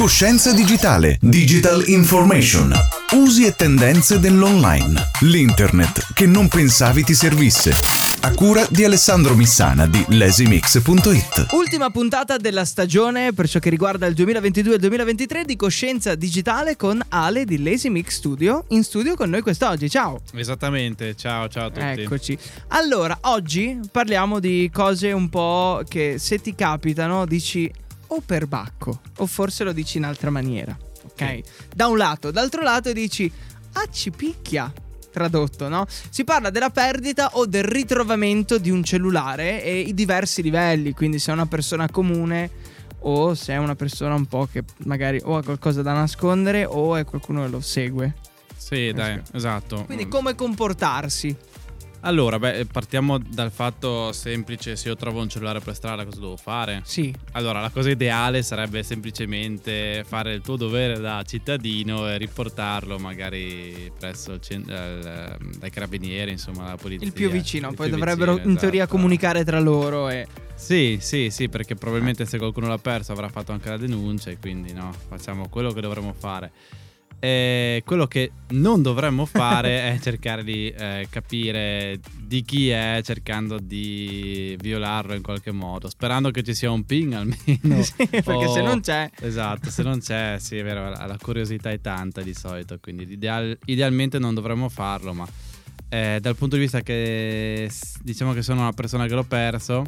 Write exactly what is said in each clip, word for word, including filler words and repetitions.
Coscienza digitale, digital information, usi e tendenze dell'online, l'internet che non pensavi ti servisse. A cura di Alessandro Missana di lazy mix punto it. Ultima puntata della stagione per ciò che riguarda il duemilaventidue e duemilaventitré di Coscienza digitale con Ale di Lazy Mix Studio, in studio con noi quest'oggi. Ciao. Esattamente, ciao ciao a tutti. Eccoci. Allora, oggi parliamo di cose un po' che se ti capitano dici o perbacco o forse lo dici in altra maniera, ok? Sì. Da un lato, d'altro lato dici ah, ci picchia. Tradotto, no? Si parla della perdita o del ritrovamento di un cellulare e i diversi livelli, quindi se è una persona comune o se è una persona un po' che magari o ha qualcosa da nascondere o è qualcuno che lo segue. Sì, dai, esatto. Quindi come comportarsi? Allora, beh, partiamo dal fatto semplice: se io trovo un cellulare per strada cosa devo fare? Sì. Allora, la cosa ideale sarebbe semplicemente fare il tuo dovere da cittadino e riportarlo magari presso il cent- eh, dai carabinieri, insomma, la polizia. Il più vicino, il poi più dovrebbero vicino, in teoria esatto. comunicare tra loro e... Sì, sì, sì, perché probabilmente se qualcuno l'ha perso avrà fatto anche la denuncia e quindi no, facciamo quello che dovremmo fare. E quello che non dovremmo fare è cercare di eh, capire di chi è, cercando di violarlo in qualche modo, sperando che ci sia un ping almeno. Sì, perché o... se non c'è... Esatto, se non c'è, sì, è vero, la curiosità è tanta di solito, quindi ideal- idealmente non dovremmo farlo, ma eh, dal punto di vista che diciamo che sono una persona che l'ho perso,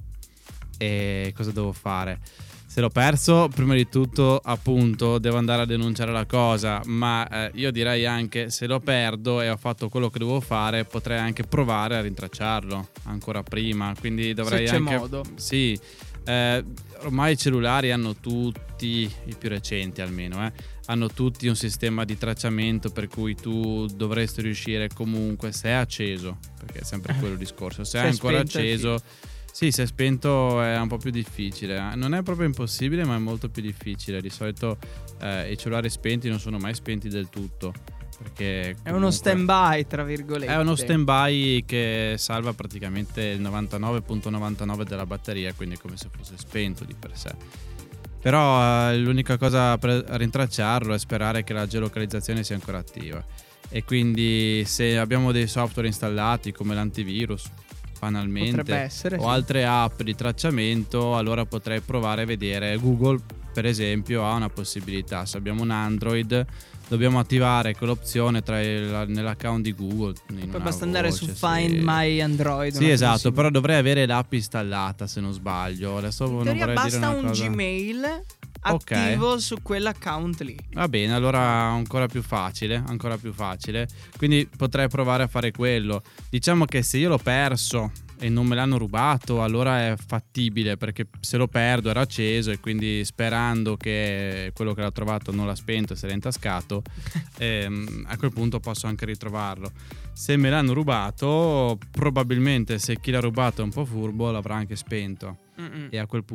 e cosa devo fare? Se l'ho perso, prima di tutto, appunto, devo andare a denunciare la cosa, ma eh, io direi anche, se lo perdo e ho fatto quello che devo fare, potrei anche provare a rintracciarlo ancora prima, quindi dovrei se c'è anche... modo. Sì, eh, ormai i cellulari hanno tutti, i più recenti almeno, eh, hanno tutti un sistema di tracciamento per cui tu dovresti riuscire comunque, se è acceso, perché è sempre quello il discorso, se è ancora acceso... Sì, se è spento è un po' più difficile. Non è proprio impossibile, ma è molto più difficile. Di solito eh, i cellulari spenti non sono mai spenti del tutto, perché è uno stand-by, tra virgolette. È uno stand-by che salva praticamente il novantanove virgola novantanove della batteria, quindi è come se fosse spento di per sé. Però eh, l'unica cosa per rintracciarlo è sperare che la geolocalizzazione sia ancora attiva. E quindi se abbiamo dei software installati come l'antivirus, banalmente, essere, o sì. altre app di tracciamento, allora potrei provare a vedere. Google per esempio ha una possibilità: se abbiamo un Android dobbiamo attivare quell'opzione tra il, nell'account di Google, poi basta andare voce, su sì. Find My Android. Sì, esatto, però dovrei avere l'app installata, se non sbaglio. Adesso in non teoria vorrei basta dire una un cosa... Gmail attivo okay. su quell'account lì. Va bene, allora ancora più facile, ancora più facile. Quindi potrei provare a fare quello. Diciamo che se io l'ho perso e non me l'hanno rubato, allora è fattibile, perché se lo perdo era acceso e quindi sperando che quello che l'ha trovato non l'ha spento e se l'ha intascato, ehm, a quel punto posso anche ritrovarlo. Se me l'hanno rubato, probabilmente, se chi l'ha rubato è un po' furbo, l'avrà anche spento. Mm-mm. E a quel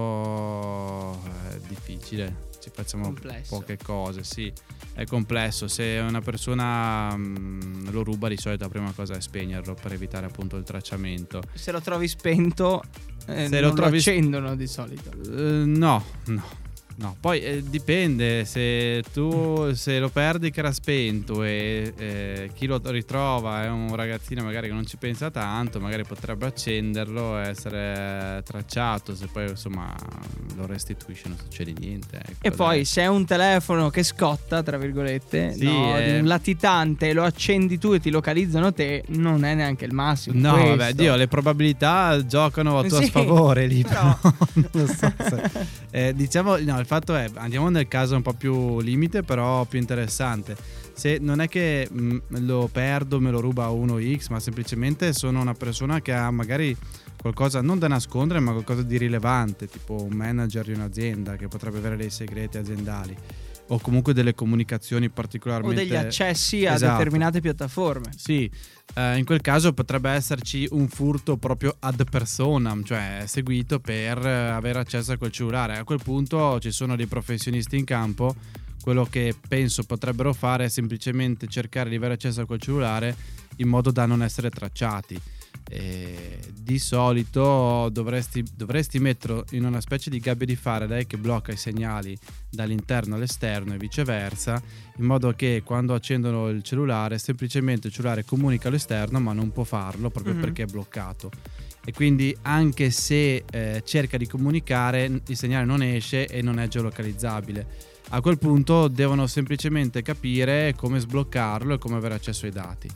punto è difficile, ci facciamo complesso. Poche cose, sì, è complesso. Se una persona mh, lo ruba, di solito la prima cosa è spegnerlo per evitare appunto il tracciamento. Se lo trovi spento eh, se non lo, trovi lo accendono di solito. uh, no no No, poi eh, dipende, se tu se lo perdi che era spento e eh, chi lo ritrova è un ragazzino magari che non ci pensa tanto, magari potrebbe accenderlo e essere tracciato. Se poi insomma lo restituisce non succede niente, ecco, e poi dai. Se è un telefono che scotta tra virgolette, sì, no, eh. di un latitante, lo accendi tu e ti localizzano te, non è neanche il massimo. No, questo. Vabbè, Dio, le probabilità giocano a tuo sì, sfavore lì, però non lo so se, eh, diciamo, no, il fatto è, andiamo nel caso un po' più limite però più interessante. Se non è che mh, lo perdo, me lo ruba uno X, ma semplicemente sono una persona che ha magari qualcosa non da nascondere, ma qualcosa di rilevante, tipo un manager di un'azienda che potrebbe avere dei segreti aziendali o comunque delle comunicazioni particolarmente, o degli accessi a esatto. determinate piattaforme. Sì, eh, in quel caso potrebbe esserci un furto proprio ad personam, cioè seguito per avere accesso a quel cellulare. A quel punto ci sono dei professionisti in campo. Quello che penso potrebbero fare è semplicemente cercare di avere accesso a quel cellulare in modo da non essere tracciati. E di solito dovresti, dovresti metterlo in una specie di gabbia di Faraday che blocca i segnali dall'interno all'esterno e viceversa, in modo che quando accendono il cellulare semplicemente il cellulare comunica all'esterno ma non può farlo proprio mm-hmm. perché è bloccato, e quindi anche se eh, cerca di comunicare il segnale non esce e non è geolocalizzabile. A quel punto devono semplicemente capire come sbloccarlo e come avere accesso ai dati.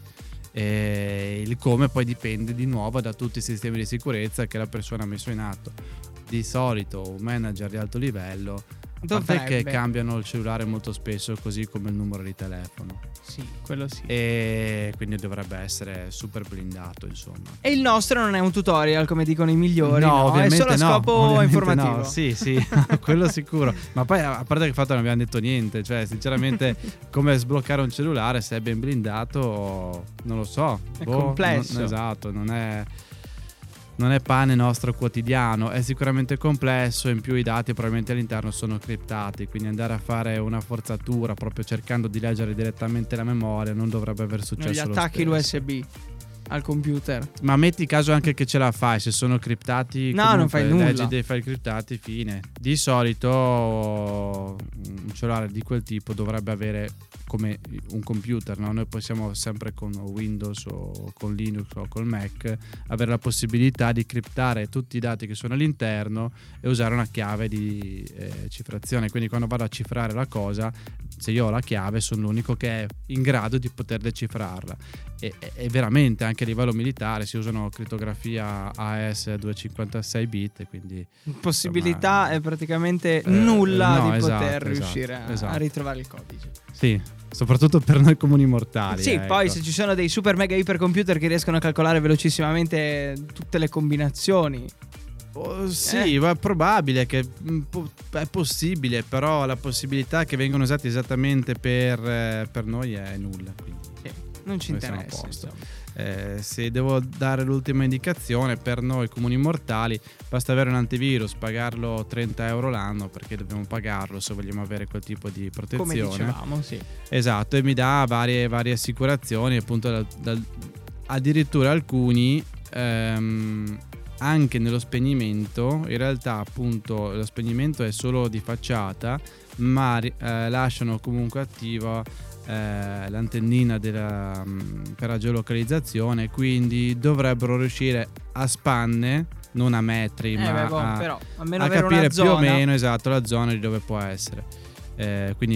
E il come poi dipende di nuovo da tutti i sistemi di sicurezza che la persona ha messo in atto. Di solito un manager di alto livello, a parte che cambiano il cellulare molto spesso, così come il numero di telefono. Sì, quello sì. E quindi dovrebbe essere super blindato, insomma. E il nostro non è un tutorial come dicono i migliori, no, no? Ovviamente è solo a no, scopo informativo. No. Sì, sì, quello sicuro. Ma poi a parte che il fatto non abbiamo detto niente, cioè sinceramente come sbloccare un cellulare se è ben blindato, non lo so. È boh, complesso. Non, esatto, non è... non è pane nostro quotidiano, è sicuramente complesso, in più i dati probabilmente all'interno sono criptati, quindi andare a fare una forzatura proprio cercando di leggere direttamente la memoria non dovrebbe aver successo. Gli attacchi l'U S B al computer. Ma metti caso anche che ce la fai, se sono criptati, no, comunque, non fai nulla. leggi dei file criptati, fine. Di solito un cellulare di quel tipo dovrebbe avere come un computer, no? Noi possiamo sempre con Windows o con Linux o col Mac avere la possibilità di criptare tutti i dati che sono all'interno e usare una chiave di eh, cifrazione, quindi quando vado a cifrare la cosa, se io ho la chiave sono l'unico che è in grado di poter decifrarla. E, e veramente anche a livello militare si usano crittografia A E S duecentocinquantasei bit, quindi possibilità insomma, è praticamente nulla eh, no, di esatto, poter esatto, riuscire a, esatto. a ritrovare il codice. Sì, soprattutto per noi comuni mortali. Sì, eh, poi ecco. se ci sono dei super mega ipercomputer che riescono a calcolare velocissimamente tutte le combinazioni. Oh, sì, eh. è probabile che è possibile, però la possibilità che vengano usati esattamente per, per noi è nulla. Quindi sì, non ci interessa. Eh, se devo dare l'ultima indicazione, per noi comuni mortali basta avere un antivirus, pagarlo trenta euro l'anno, perché dobbiamo pagarlo se vogliamo avere quel tipo di protezione. Come dicevamo, sì. Esatto, e mi dà varie, varie assicurazioni, appunto da, da, addirittura alcuni ehm, anche nello spegnimento, in realtà appunto lo spegnimento è solo di facciata, ma eh, lasciano comunque attiva eh, l'antennina della, mh, per la geolocalizzazione, quindi dovrebbero riuscire a spanne, non a metri, eh, ma beh, boh, a, però, almeno a avere capire una più zona. o meno esatto la zona di dove può essere. Eh, quindi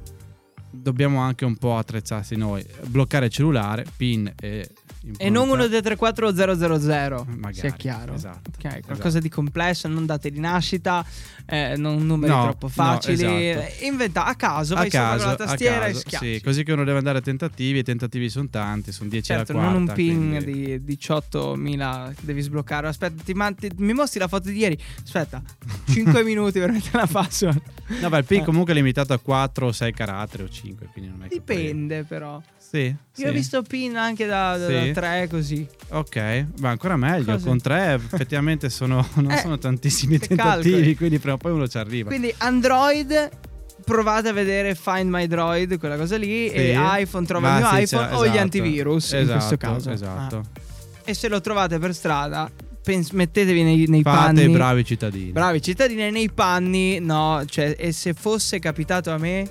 dobbiamo anche un po' attrezzarsi noi, bloccare il cellulare, pin e e non uno due tre quattro zero zero zero, magari, sia chiaro. Esatto, okay, qualcosa esatto. di complesso, non date di nascita, eh, non numeri no, troppo facili, no, esatto. Inventa a caso, a vai caso, sopra con la tastiera caso, e schiacci. Sì, così che uno deve andare a tentativi, i tentativi sono tanti, sono dieci certo, alla quarta. non un ping quindi... di diciottomila che devi sbloccare. Aspetta, ti manti, mi mostri la foto di ieri? Aspetta, cinque minuti per mettere la password. No, beh, il ping comunque è limitato a quattro o sei caratteri o cinque, quindi non è che dipende poi... però. Sì, Io sì. ho visto pin anche da, da, sì. da tre così. Ok, ma ancora meglio. Cosa? Con tre effettivamente sono, non eh, sono tantissimi tentativi, calcoli. Quindi prima o poi uno ci arriva. Quindi Android, provate a vedere Find My Droid, quella cosa lì, sì. E iPhone, trova il mio sì, iPhone esatto. o gli antivirus esatto, in questo caso. Esatto. Ah. E se lo trovate per strada, pens- mettetevi nei, nei Fate panni. i bravi cittadini. Bravi cittadini nei panni, no, cioè, e se fosse capitato a me...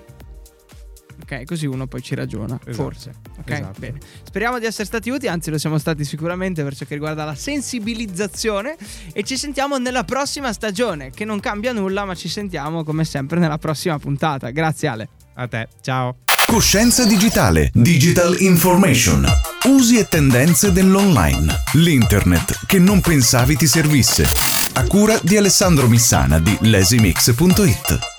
Ok, così uno poi ci ragiona, esatto. Forse. Ok, esatto. Bene. Speriamo di essere stati utili, anzi lo siamo stati sicuramente per ciò che riguarda la sensibilizzazione. E ci sentiamo nella prossima stagione, che non cambia nulla, ma ci sentiamo come sempre nella prossima puntata. Grazie Ale. A te, ciao. Coscienza digitale, digital information, usi e tendenze dell'online, l'internet che non pensavi ti servisse. A cura di Alessandro Missana di lazy mix punto it.